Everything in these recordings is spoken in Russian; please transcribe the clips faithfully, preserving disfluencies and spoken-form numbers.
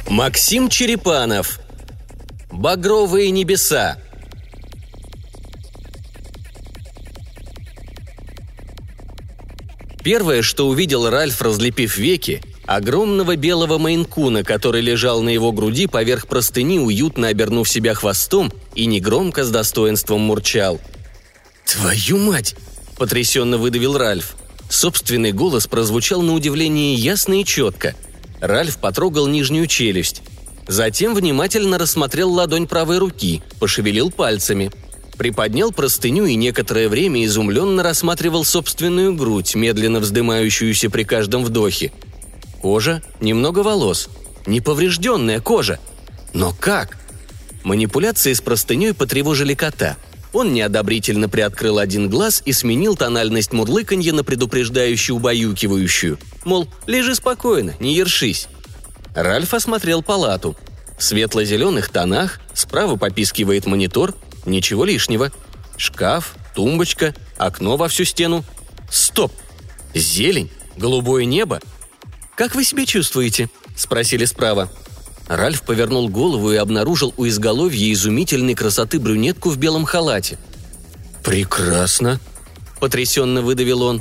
Максим Черепанов. «Багровые небеса». Первое, что увидел Ральф, разлепив веки, огромного белого мейн-куна, который лежал на его груди поверх простыни, уютно обернув себя хвостом и негромко с достоинством мурчал. «Твою мать!» – потрясенно выдавил Ральф. Собственный голос прозвучал на удивление ясно и четко. Ральф потрогал нижнюю челюсть. Затем внимательно рассмотрел ладонь правой руки, пошевелил пальцами. Приподнял простыню и некоторое время изумленно рассматривал собственную грудь, медленно вздымающуюся при каждом вдохе. Кожа, немного волос. Неповрежденная кожа. Но как? Манипуляции с простыней потревожили кота. Он неодобрительно приоткрыл один глаз и сменил тональность мурлыканья на предупреждающую убаюкивающую. Мол, лежи спокойно, не ершись. Ральф осмотрел палату. В светло-зеленых тонах, справа попискивает монитор, ничего лишнего. Шкаф, тумбочка, окно во всю стену. Стоп! Зелень, голубое небо. «Как вы себя чувствуете?» – спросили справа. Ральф повернул голову и обнаружил у изголовья изумительной красоты брюнетку в белом халате. «Прекрасно!» – потрясенно выдавил он.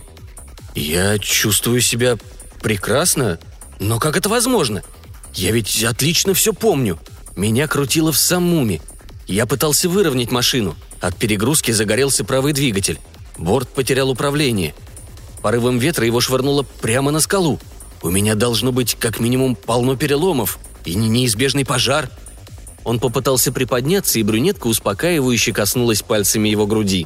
«Я чувствую себя прекрасно? Но как это возможно? Я ведь отлично все помню. Меня крутило в самуме. Я пытался выровнять машину. От перегрузки загорелся правый двигатель. Борт потерял управление. Порывом ветра его швырнуло прямо на скалу. У меня должно быть как минимум полно переломов и неизбежный пожар». Он попытался приподняться, и брюнетка успокаивающе коснулась пальцами его груди.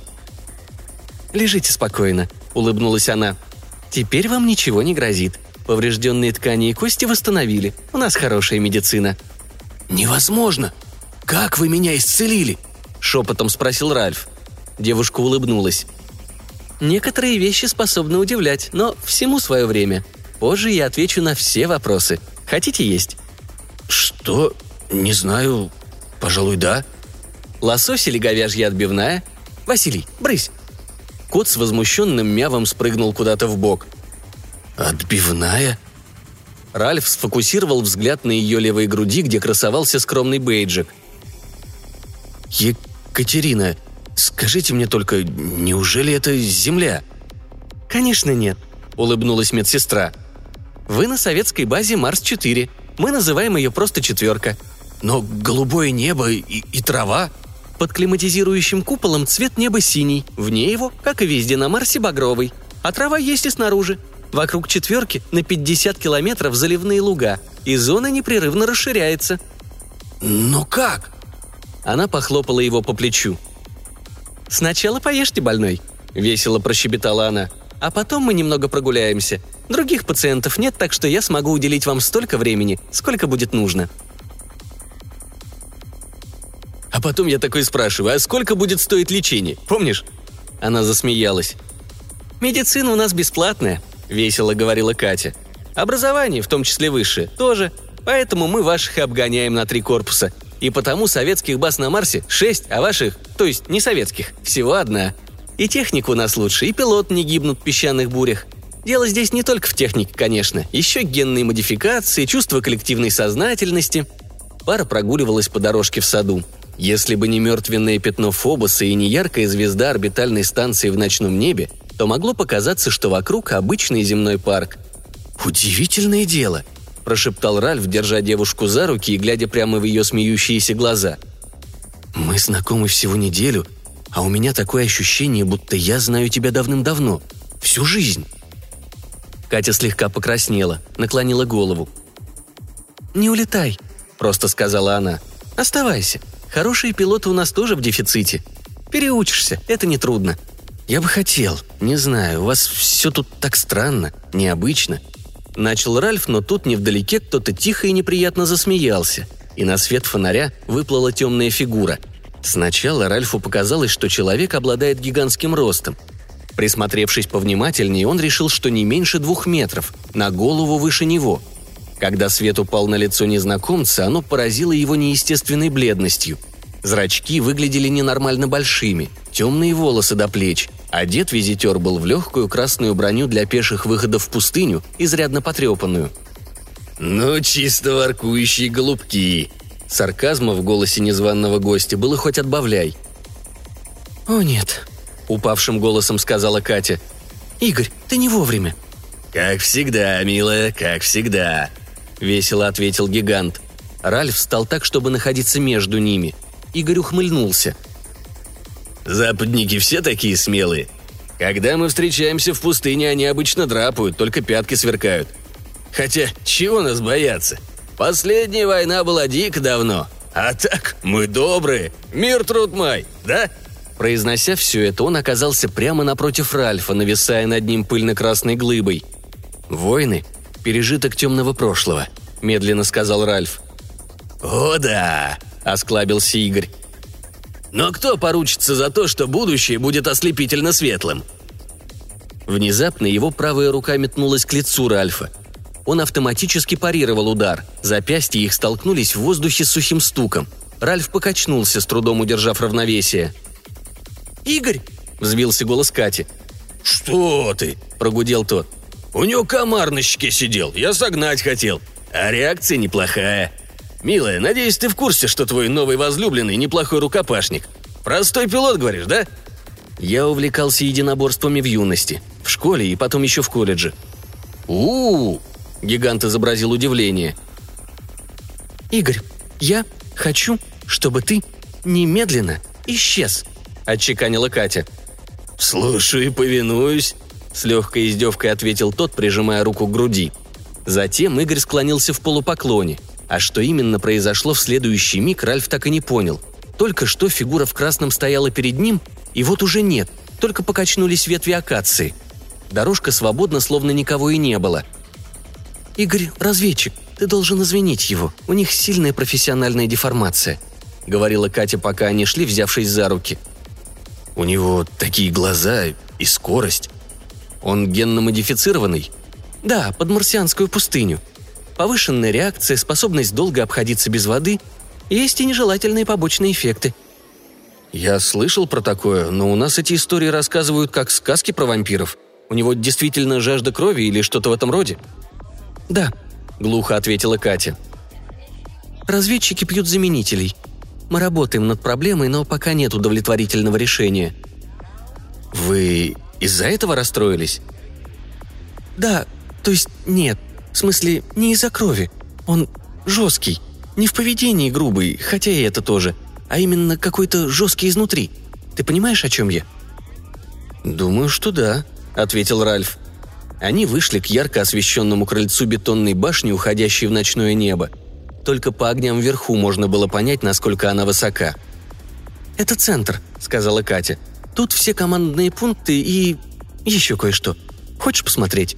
«Лежите спокойно», — улыбнулась она. «Теперь вам ничего не грозит. Поврежденные ткани и кости восстановили. У нас хорошая медицина». «Невозможно! Как вы меня исцелили?» — шепотом спросил Ральф. Девушка улыбнулась. «Некоторые вещи способны удивлять, но всему свое время. Позже я отвечу на все вопросы. Хотите есть?» «Что? Не знаю. Пожалуй, да». «Лосось или говяжья отбивная? Василий, брысь!» Кот с возмущенным мявом спрыгнул куда-то в бок. «Отбивная?» Ральф сфокусировал взгляд на ее левой груди, где красовался скромный бейджик. «Екатерина, скажите мне только, неужели это Земля?» «Конечно нет», — улыбнулась медсестра. «Вы на советской базе Марс четыре. Мы называем ее просто «четверка». Но голубое небо и, и трава...» «Под климатизирующим куполом цвет неба синий, вне его, как и везде на Марсе, багровый. А трава есть и снаружи. Вокруг четверки на пятьдесят километров заливные луга, и зона непрерывно расширяется». «Но как?» Она похлопала его по плечу. «Сначала поешьте, больной», — весело прощебетала она. «А потом мы немного прогуляемся. Других пациентов нет, так что я смогу уделить вам столько времени, сколько будет нужно». А потом я такой спрашиваю, а сколько будет стоить лечение, помнишь? Она засмеялась. «Медицина у нас бесплатная», — весело говорила Катя. «Образование, в том числе высшее, тоже. Поэтому мы ваших и обгоняем на три корпуса. И потому советских баз на Марсе шесть, а ваших, то есть не советских, всего одна. И техника у нас лучше, и пилоты не гибнут в песчаных бурях. Дело здесь не только в технике, конечно. Еще генные модификации, чувство коллективной сознательности». Пара прогуливалась по дорожке в саду. Если бы не мертвенное пятно Фобоса и не яркая звезда орбитальной станции в ночном небе, то могло показаться, что вокруг обычный земной парк. «Удивительное дело», – прошептал Ральф, держа девушку за руки и глядя прямо в ее смеющиеся глаза. «Мы знакомы всего неделю, а у меня такое ощущение, будто я знаю тебя давным-давно, всю жизнь». Катя слегка покраснела, наклонила голову. «Не улетай», – просто сказала она. «Оставайся. Хорошие пилоты у нас тоже в дефиците. Переучишься, это нетрудно». «Я бы хотел. Не знаю, у вас все тут так странно, необычно». Начал Ральф, но тут невдалеке кто-то тихо и неприятно засмеялся, и на свет фонаря выплыла темная фигура. Сначала Ральфу показалось, что человек обладает гигантским ростом. Присмотревшись повнимательнее, он решил, что не меньше двух метров, на голову выше него. Когда свет упал на лицо незнакомца, оно поразило его неестественной бледностью. Зрачки выглядели ненормально большими, темные волосы до плеч. Одет визитер был в легкую красную броню для пеших выходов в пустыню, изрядно потрепанную. «Ну, чисто воркующие голубки!» Сарказма в голосе незваного гостя было хоть отбавляй. «О нет», — упавшим голосом сказала Катя. «Игорь, ты не вовремя». «Как всегда, милая, как всегда», — весело ответил гигант. Ральф встал так, чтобы находиться между ними. Игорь ухмыльнулся. «Западники все такие смелые. Когда мы встречаемся в пустыне, они обычно драпают, только пятки сверкают. Хотя, чего нас бояться? Последняя война была дико давно. А так, мы добрые. Мир, труд, май, да?» Произнося все это, он оказался прямо напротив Ральфа, нависая над ним пыльно-красной глыбой. «Войны – пережиток темного прошлого», – медленно сказал Ральф. «О да!» – осклабился Игорь. «Но кто поручится за то, что будущее будет ослепительно светлым?» Внезапно его правая рука метнулась к лицу Ральфа. Он автоматически парировал удар. Запястья их столкнулись в воздухе с сухим стуком. Ральф покачнулся, с трудом удержав равновесие. «Игорь!» – взвился голос Кати. «Что ты?» – прогудел тот. «У него комар на щеке сидел, я согнать хотел. А реакция неплохая. Милая, надеюсь, ты в курсе, что твой новый возлюбленный неплохой рукопашник. Простой пилот, говоришь, да?» Я увлекался единоборствами в юности, в школе и потом еще в колледже. у у Гигант изобразил удивление. «Игорь, я хочу, чтобы ты немедленно исчез», – отчеканила Катя. «Слушаю и повинуюсь», – с легкой издевкой ответил тот, прижимая руку к груди. Затем Игорь склонился в полупоклоне. А что именно произошло в следующий миг, Ральф так и не понял. Только что фигура в красном стояла перед ним, и вот уже нет, только покачнулись ветви акации. Дорожка свободна, словно никого и не было. «Игорь – разведчик, ты должен извинить его, у них сильная профессиональная деформация», – говорила Катя, пока они шли, взявшись за руки. «У него такие глаза и скорость. Он генно-модифицированный?» «Да, под марсианскую пустыню. Повышенная реакция, способность долго обходиться без воды. Есть и нежелательные побочные эффекты». «Я слышал про такое, но у нас эти истории рассказывают как сказки про вампиров. У него действительно жажда крови или что-то в этом роде?» «Да», — глухо ответила Катя. «Разведчики пьют заменителей. Мы работаем над проблемой, но пока нет удовлетворительного решения». «Вы из-за этого расстроились?» «Да, то есть нет. В смысле, не из-за крови. Он жесткий. Не в поведении грубый, хотя и это тоже, а именно какой-то жесткий изнутри. Ты понимаешь, о чем я?» «Думаю, что да», — ответил Ральф. Они вышли к ярко освещенному крыльцу бетонной башни, уходящей в ночное небо. Только по огням вверху можно было понять, насколько она высока. «Это центр», — сказала Катя. «Тут все командные пункты и... еще кое-что. Хочешь посмотреть?»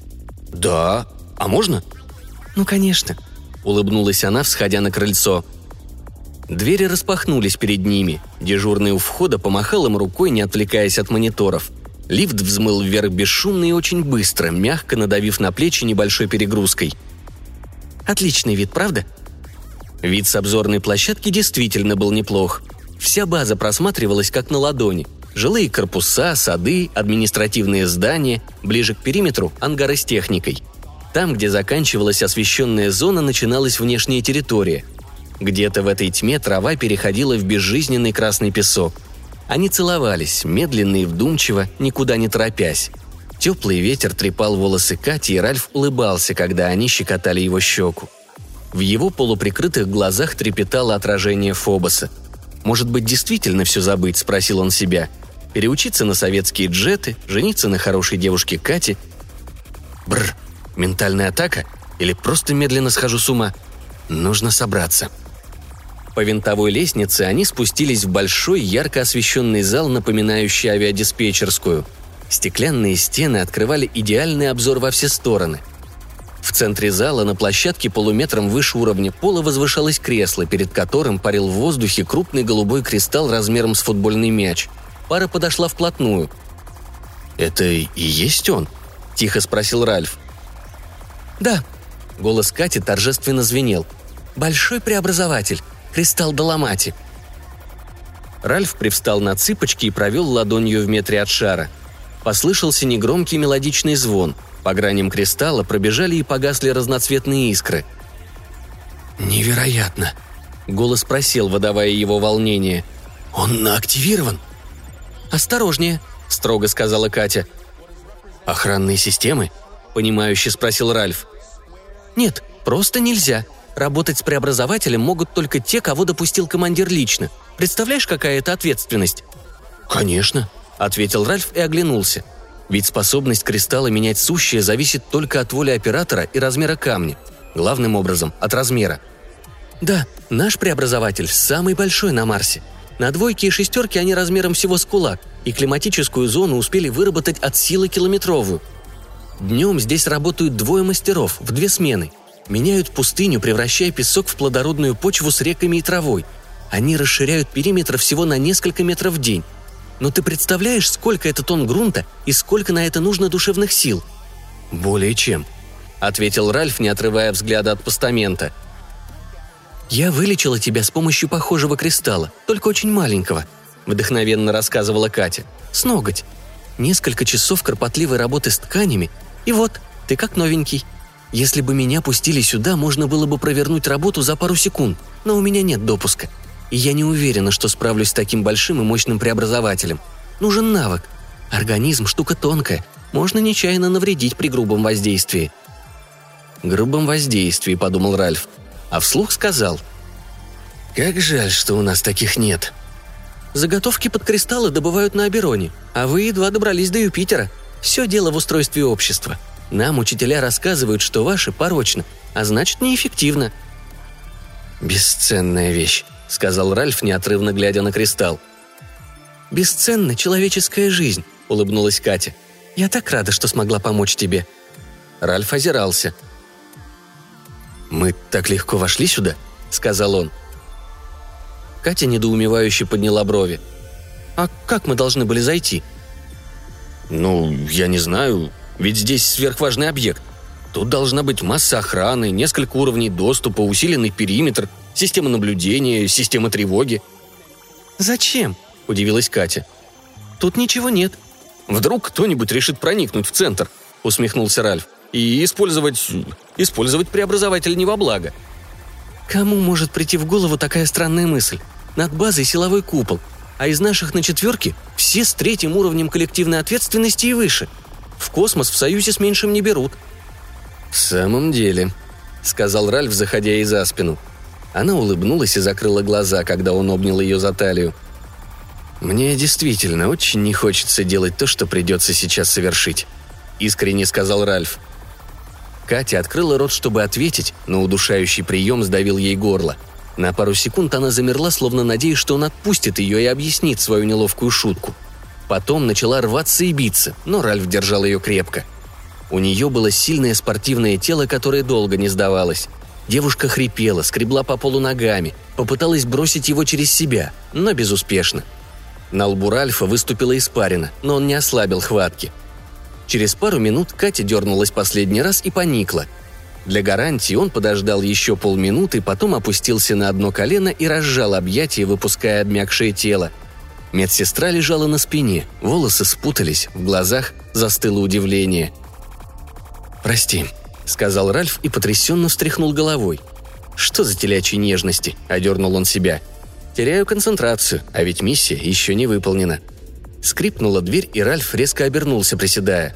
«Да. А можно?» «Ну, конечно», — улыбнулась она, всходя на крыльцо. Двери распахнулись перед ними. Дежурный у входа помахал им рукой, не отвлекаясь от мониторов. Лифт взмыл вверх бесшумно и очень быстро, мягко надавив на плечи небольшой перегрузкой. «Отличный вид, правда?» Вид с обзорной площадки действительно был неплох. Вся база просматривалась как на ладони. Жилые корпуса, сады, административные здания, ближе к периметру – ангары с техникой. Там, где заканчивалась освещенная зона, начиналась внешняя территория. Где-то в этой тьме трава переходила в безжизненный красный песок. Они целовались, медленно и вдумчиво, никуда не торопясь. Теплый ветер трепал волосы Кати, и Ральф улыбался, когда они щекотали его щеку. В его полуприкрытых глазах трепетало отражение Фобоса. «Может быть, действительно все забыть?» – спросил он себя. «Переучиться на советские джеты, жениться на хорошей девушке Кате?» Бррр, ментальная атака? Или просто медленно схожу с ума? Нужно собраться. По винтовой лестнице они спустились в большой, ярко освещенный зал, напоминающий авиадиспетчерскую. Стеклянные стены открывали идеальный обзор во все стороны. В центре зала на площадке полуметром выше уровня пола возвышалось кресло, перед которым парил в воздухе крупный голубой кристалл размером с футбольный мяч. Пара подошла вплотную. «Это и есть он?» – тихо спросил Ральф. «Да», – голос Кати торжественно звенел. «Большой преобразователь. Кристалл Даламати». Ральф привстал на цыпочки и провел ладонью в метре от шара. Послышался негромкий мелодичный звон. По граням кристалла пробежали и погасли разноцветные искры. «Невероятно!» — голос просел, выдавая его волнение. «Он активирован?» «Осторожнее», — строго сказала Катя. «Охранные системы?» — понимающе спросил Ральф. «Нет, просто нельзя. Работать с преобразователем могут только те, кого допустил командир лично. Представляешь, какая это ответственность?» «Конечно», — ответил Ральф и оглянулся. Ведь способность кристалла менять сущее зависит только от воли оператора и размера камня. Главным образом, от размера. «Да, наш преобразователь самый большой на Марсе. На двойки и шестерки они размером всего с кулак, и климатическую зону успели выработать от силы километровую. Днем здесь работают двое мастеров в две смены. Меняют пустыню, превращая песок в плодородную почву с реками и травой. Они расширяют периметр всего на несколько метров в день. Но ты представляешь, сколько это тонн грунта и сколько на это нужно душевных сил?» «Более чем», — ответил Ральф, не отрывая взгляда от постамента. «Я вылечила тебя с помощью похожего кристалла, только очень маленького», — вдохновенно рассказывала Катя. «С ноготь. Несколько часов кропотливой работы с тканями, и вот, ты как новенький. Если бы меня пустили сюда, можно было бы провернуть работу за пару секунд, но у меня нет допуска. И я не уверена, что справлюсь с таким большим и мощным преобразователем. Нужен навык. Организм – штука тонкая, можно нечаянно навредить при грубом воздействии». «Грубом воздействии», – подумал Ральф, а вслух сказал. «Как жаль, что у нас таких нет». «Заготовки под кристаллы добывают на Обероне, а вы едва добрались до Юпитера. Все дело в устройстве общества. Нам учителя рассказывают, что ваше порочно, а значит неэффективно». «Бесценная вещь», — сказал Ральф, неотрывно глядя на кристалл. «Бесценна человеческая жизнь», — улыбнулась Катя. «Я так рада, что смогла помочь тебе». Ральф озирался. «Мы так легко вошли сюда?» — сказал он. Катя недоумевающе подняла брови. «А как мы должны были зайти?» «Ну, я не знаю, ведь здесь сверхважный объект. Тут должна быть масса охраны, несколько уровней доступа, усиленный периметр, система наблюдения, система тревоги». «Зачем?» – удивилась Катя. «Тут ничего нет». «Вдруг кто-нибудь решит проникнуть в центр», – усмехнулся Ральф, «и использовать... использовать преобразователь не во благо». «Кому может прийти в голову такая странная мысль? Над базой силовой купол, а из наших на четверке все с третьим уровнем коллективной ответственности и выше. В космос в союзе с меньшим не берут». «В самом деле», — сказал Ральф, заходя ей за спину. Она улыбнулась и закрыла глаза, когда он обнял ее за талию. «Мне действительно очень не хочется делать то, что придется сейчас совершить», — искренне сказал Ральф. Катя открыла рот, чтобы ответить, но удушающий прием сдавил ей горло. На пару секунд она замерла, словно надеясь, что он отпустит ее и объяснит свою неловкую шутку. Потом начала рваться и биться, но Ральф держал ее крепко. У нее было сильное спортивное тело, которое долго не сдавалось. Девушка хрипела, скребла по полу ногами, попыталась бросить его через себя, но безуспешно. На лбу Ральфа выступила испарина, но он не ослабил хватки. Через пару минут Катя дернулась последний раз и поникла. Для гарантии он подождал еще полминуты, потом опустился на одно колено и разжал объятия, выпуская обмякшее тело. Медсестра лежала на спине, волосы спутались, в глазах застыло удивление. «Прости», — сказал Ральф и потрясенно встряхнул головой. «Что за телячьи нежности?» — одернул он себя. «Теряю концентрацию, а ведь миссия еще не выполнена». Скрипнула дверь, и Ральф резко обернулся, приседая.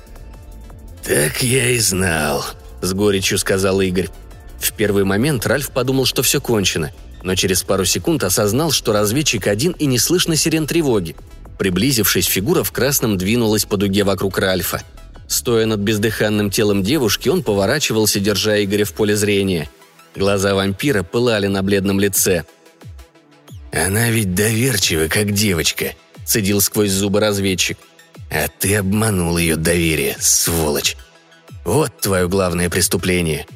«Так я и знал», — с горечью сказал Игорь. В первый момент Ральф подумал, что все кончено, но через пару секунд осознал, что разведчик один и не слышно сирен тревоги. Приблизившись, фигура в красном двинулась по дуге вокруг Ральфа. Стоя над бездыханным телом девушки, он поворачивался, держа Игоря в поле зрения. Глаза вампира пылали на бледном лице. «Она ведь доверчива, как девочка», — цедил сквозь зубы разведчик. «А ты обманул ее доверие, сволочь. Вот твое главное преступление».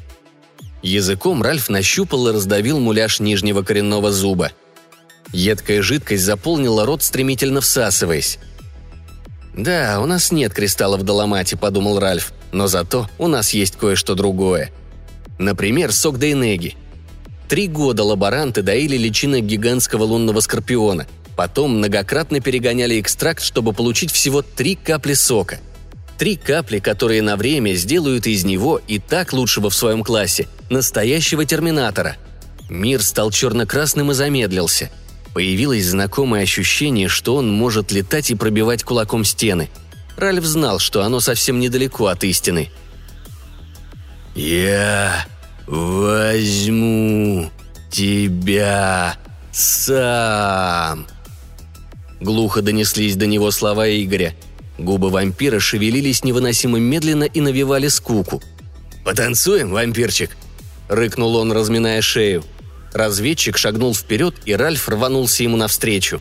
Языком Ральф нащупал и раздавил муляж нижнего коренного зуба. Едкая жидкость заполнила рот, стремительно всасываясь. «Да, у нас нет кристаллов в доломате», — подумал Ральф, «но зато у нас есть кое-что другое. Например, сок Дейнеги. Три года лаборанты доили личинок гигантского лунного скорпиона, потом многократно перегоняли экстракт, чтобы получить всего три капли сока. Три капли, которые на время сделают из него и так лучшего в своем классе, настоящего терминатора. Мир стал черно-красным и замедлился. Появилось знакомое ощущение, что он может летать и пробивать кулаком стены. Ральф знал, что оно совсем недалеко от истины. «Я возьму тебя сам!» Глухо донеслись до него слова Игоря. Губы вампира шевелились невыносимо медленно и навевали скуку. «Потанцуем, вампирчик?» – рыкнул он, разминая шею. Разведчик шагнул вперед, и Ральф рванулся ему навстречу.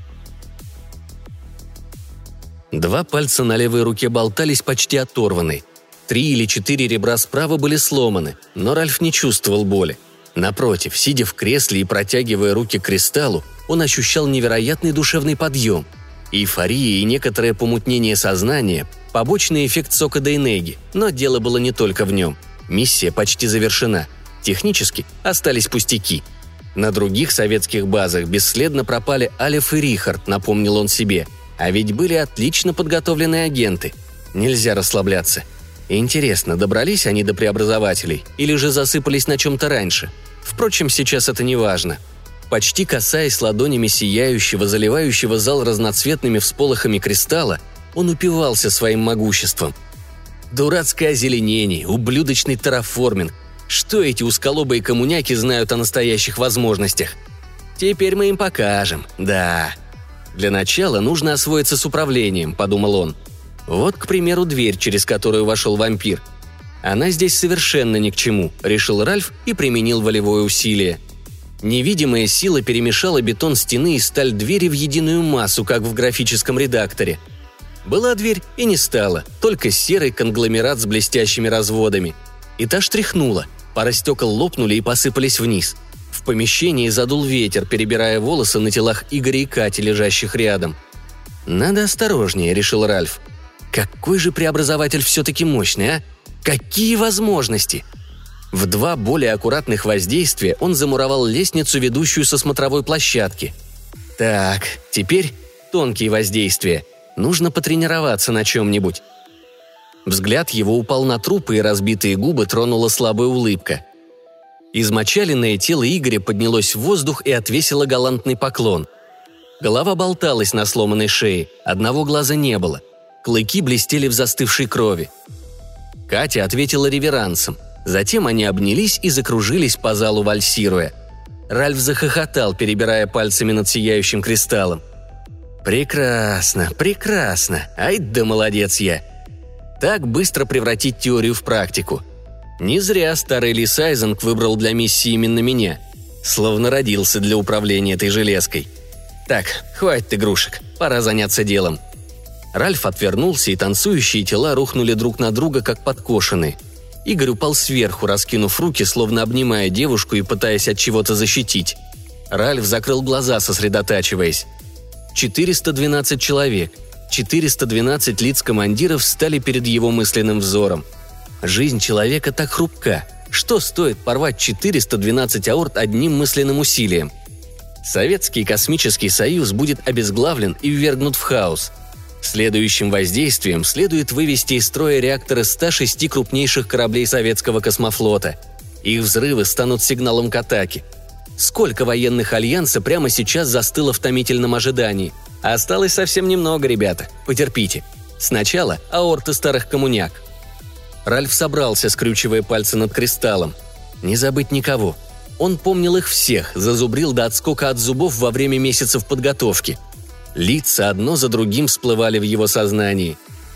Два пальца на левой руке болтались почти оторваны. Три или четыре ребра справа были сломаны, но Ральф не чувствовал боли. Напротив, сидя в кресле и протягивая руки к кристаллу, он ощущал невероятный душевный подъем. Эйфория и некоторое помутнение сознания – побочный эффект сока Дейнеги, но дело было не только в нем. Миссия почти завершена. Технически остались пустяки. На других советских базах бесследно пропали Алеф и Рихард, напомнил он себе. А ведь были отлично подготовленные агенты. Нельзя расслабляться. Интересно, добрались они до преобразователей или же засыпались на чем-то раньше? Впрочем, сейчас это не важно. Почти касаясь ладонями сияющего, заливающего зал разноцветными всполохами кристалла, он упивался своим могуществом. Дурацкое озеленение, ублюдочный терраформинг. Что эти узколобые коммуняки знают о настоящих возможностях? Теперь мы им покажем, да. Для начала нужно освоиться с управлением, подумал он. Вот, к примеру, дверь, через которую вошел вампир. Она здесь совершенно ни к чему, решил Ральф и применил волевое усилие. Невидимая сила перемешала бетон стены и сталь двери в единую массу, как в графическом редакторе. Была дверь и не стала, только серый конгломерат с блестящими разводами. И та штряхнула, пара стекол лопнули и посыпались вниз. В помещении задул ветер, перебирая волосы на телах Игоря и Кати, лежащих рядом. «Надо осторожнее», — решил Ральф. «Какой же преобразователь все-таки мощный, а? Какие возможности!» В два более аккуратных воздействия он замуровал лестницу, ведущую со смотровой площадки. Так, теперь тонкие воздействия. Нужно потренироваться на чем-нибудь. Взгляд его упал на трупы, и разбитые губы тронула слабая улыбка. Измочаленное тело Игоря поднялось в воздух и отвесило галантный поклон. Голова болталась на сломанной шее, одного глаза не было. Клыки блестели в застывшей крови. Катя ответила реверансом. Затем они обнялись и закружились по залу, вальсируя. Ральф захохотал, перебирая пальцами над сияющим кристаллом. «Прекрасно, прекрасно! Ай да молодец я!» Так быстро превратить теорию в практику. Не зря старый Ли Сайзенг выбрал для миссии именно меня. Словно родился для управления этой железкой. Так, хватит игрушек, пора заняться делом. Ральф отвернулся, и танцующие тела рухнули друг на друга, как подкошенные. Игорь упал сверху, раскинув руки, словно обнимая девушку и пытаясь от чего-то защитить. Ральф закрыл глаза, сосредотачиваясь. четыреста двенадцать человек. четыреста двенадцать лиц командиров стали перед его мысленным взором. Жизнь человека так хрупка. Что стоит порвать четыреста двенадцать аорт одним мысленным усилием? Советский космический союз будет обезглавлен и ввергнут в хаос. Следующим воздействием следует вывести из строя реакторы ста шести крупнейших кораблей советского космофлота. Их взрывы станут сигналом к атаке. Сколько военных альянса прямо сейчас застыло в томительном ожидании? Осталось совсем немного, ребята. Потерпите. Сначала аорты старых коммуняк. Ральф собрался, скрючивая пальцы над кристаллом. Не забыть никого. Он помнил их всех, зазубрил до отскока от зубов во время месяцев подготовки. Лица одно за другим всплывали в его сознании.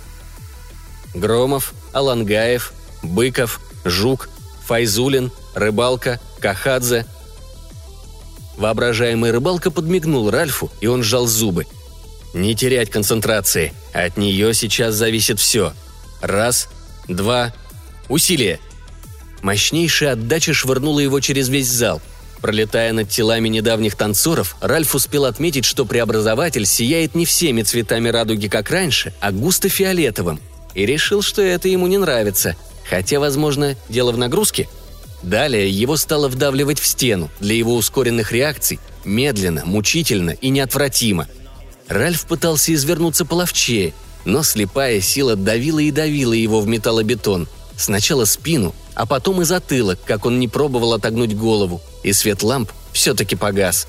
Громов, Алангаев, Быков, Жук, Файзулин, Рыбалка, Кахадзе. Воображаемый Рыбалка подмигнул Ральфу, и он сжал зубы. Не терять концентрации, от нее сейчас зависит все. Раз, два, усилие. Мощнейшая отдача швырнула его через весь зал. Пролетая над телами недавних танцоров, Ральф успел отметить, что преобразователь сияет не всеми цветами радуги, как раньше, а густо фиолетовым, и решил, что это ему не нравится, хотя, возможно, дело в нагрузке. Далее его стало вдавливать в стену, для его ускоренных реакций, медленно, мучительно и неотвратимо. Ральф пытался извернуться половчее. но слепая сила давила и давила его в металлобетон. Сначала спину, а потом и затылок, как он не пробовал отогнуть голову, и свет ламп все-таки погас.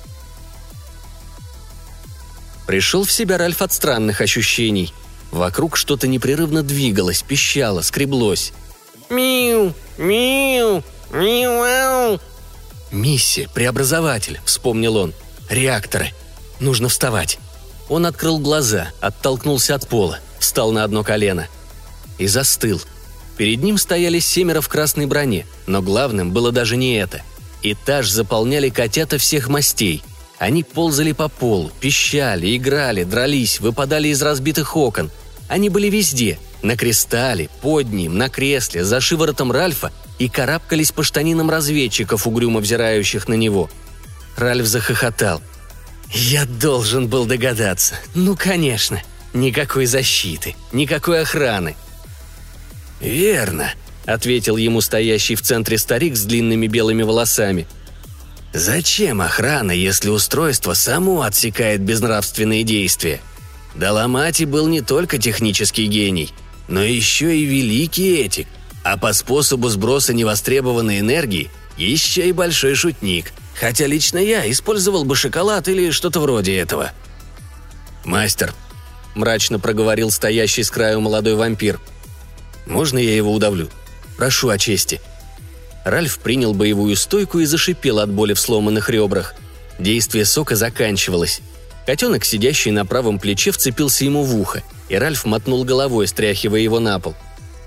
Пришел в себя Ральф от странных ощущений. Вокруг что-то непрерывно двигалось, пищало, скреблось. «Миу! Миу! Миу-ау!» «Миссия, преобразователь», — вспомнил он. «Реакторы. Нужно вставать». Он открыл глаза, оттолкнулся от пола, встал на одно колено. И застыл. Перед ним стояли семеро в красной броне, но главным было даже не это. Этаж заполняли котята всех мастей. Они ползали по полу, пищали, играли, дрались, выпадали из разбитых окон. Они были везде – на кристалле, под ним, на кресле, за шиворотом Ральфа и карабкались по штанинам разведчиков, угрюмо взирающих на него. Ральф захохотал. «Я должен был догадаться. Ну, конечно. Никакой защиты, никакой охраны». «Верно», — ответил ему стоящий в центре старик с длинными белыми волосами. «Зачем охрана, если устройство само отсекает безнравственные действия? Даламати был не только технический гений, но еще и великий этик, а по способу сброса невостребованной энергии еще и большой шутник, хотя лично я использовал бы шоколад или что-то вроде этого». «Мастер», — мрачно проговорил стоящий с краю молодой вампир, — «можно я его удавлю? Прошу о чести». Ральф принял боевую стойку и зашипел от боли в сломанных ребрах. Действие сока заканчивалось. Котенок, сидящий на правом плече, вцепился ему в ухо, и Ральф мотнул головой, стряхивая его на пол.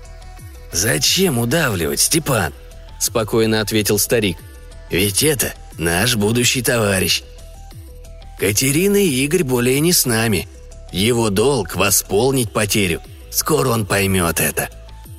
«Зачем удавливать, Степан?» – спокойно ответил старик. «Ведь это наш будущий товарищ. Катерина и Игорь более не с нами. Его долг – восполнить потерю. Скоро он поймет это».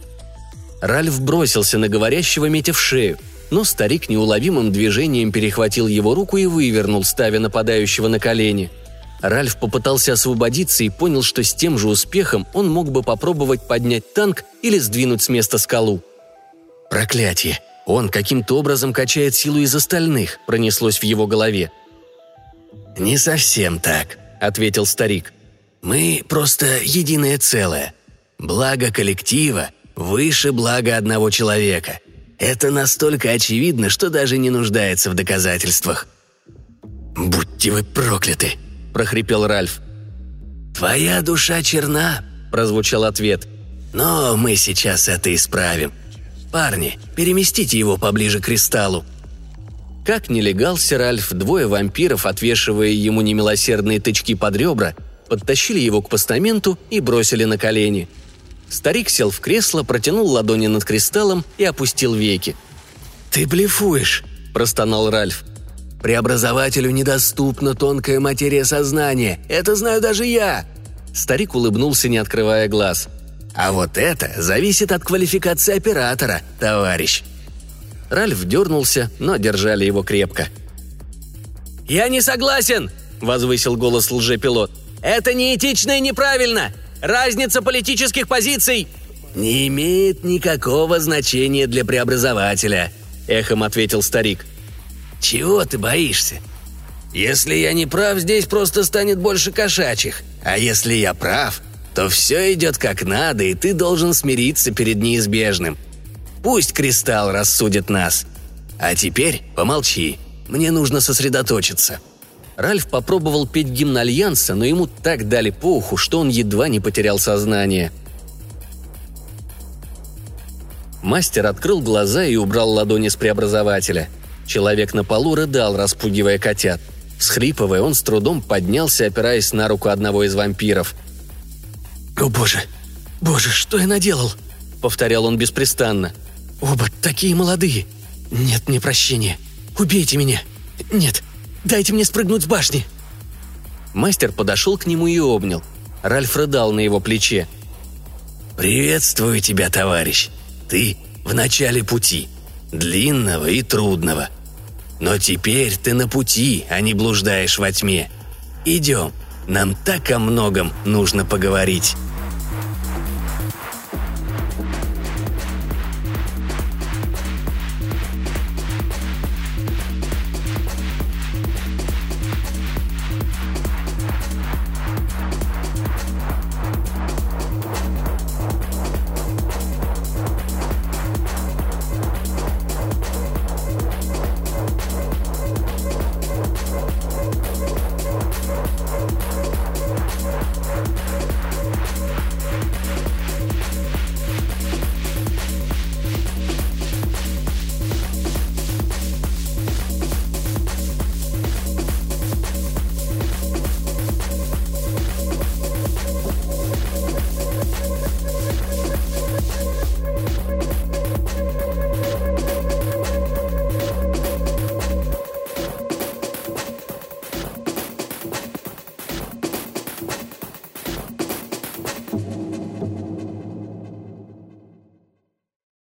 Ральф бросился на говорящего, метя в шею, но старик неуловимым движением перехватил его руку и вывернул, ставя нападающего на колени. Ральф попытался освободиться и понял, что с тем же успехом он мог бы попробовать поднять танк или сдвинуть с места скалу. «Проклятие! Он каким-то образом качает силу из остальных», — пронеслось в его голове. «Не совсем так», — ответил старик. «Мы просто единое целое. Благо коллектива выше блага одного человека. Это настолько очевидно, что даже не нуждается в доказательствах». «Будьте вы прокляты!» – прохрипел Ральф. «Твоя душа черна», – прозвучал ответ. «Но мы сейчас это исправим. Парни, переместите его поближе к кристаллу». Как ни легался Ральф, двое вампиров, отвешивая ему немилосердные тычки под ребра, подтащили его к постаменту и бросили на колени. Старик сел в кресло, протянул ладони над кристаллом и опустил веки. «Ты блефуешь», – простонал Ральф. «Преобразователю недоступна тонкая материя сознания. Это знаю даже я!» Старик улыбнулся, не открывая глаз. «А вот это зависит от квалификации оператора, товарищ». Ральф дернулся, но держали его крепко. «Я не согласен!» – возвысил голос лжепилот. «Это неэтично и неправильно! Разница политических позиций...» «Не имеет никакого значения для преобразователя», – эхом ответил старик. «Чего ты боишься? Если я не прав, здесь просто станет больше кошачьих. А если я прав, то все идет как надо, и ты должен смириться перед неизбежным. Пусть кристалл рассудит нас. А теперь помолчи, мне нужно сосредоточиться». Ральф попробовал петь гимн Альянса, но ему так дали по уху, что он едва не потерял сознание. Мастер открыл глаза и убрал ладони с преобразователя. Человек на полу рыдал, распугивая котят. Всхрипывая, он с трудом поднялся, опираясь на руку одного из вампиров. «О боже! Боже, что я наделал?» — повторял он беспрестанно. «Оба такие молодые! Нет мне прощения! Убейте меня! Нет! Дайте мне спрыгнуть с башни!» Мастер подошел к нему и обнял. Ральф рыдал на его плече. «Приветствую тебя, товарищ! Ты в начале пути, длинного и трудного. Но теперь ты на пути, а не блуждаешь во тьме. Идем, нам так о многом нужно поговорить».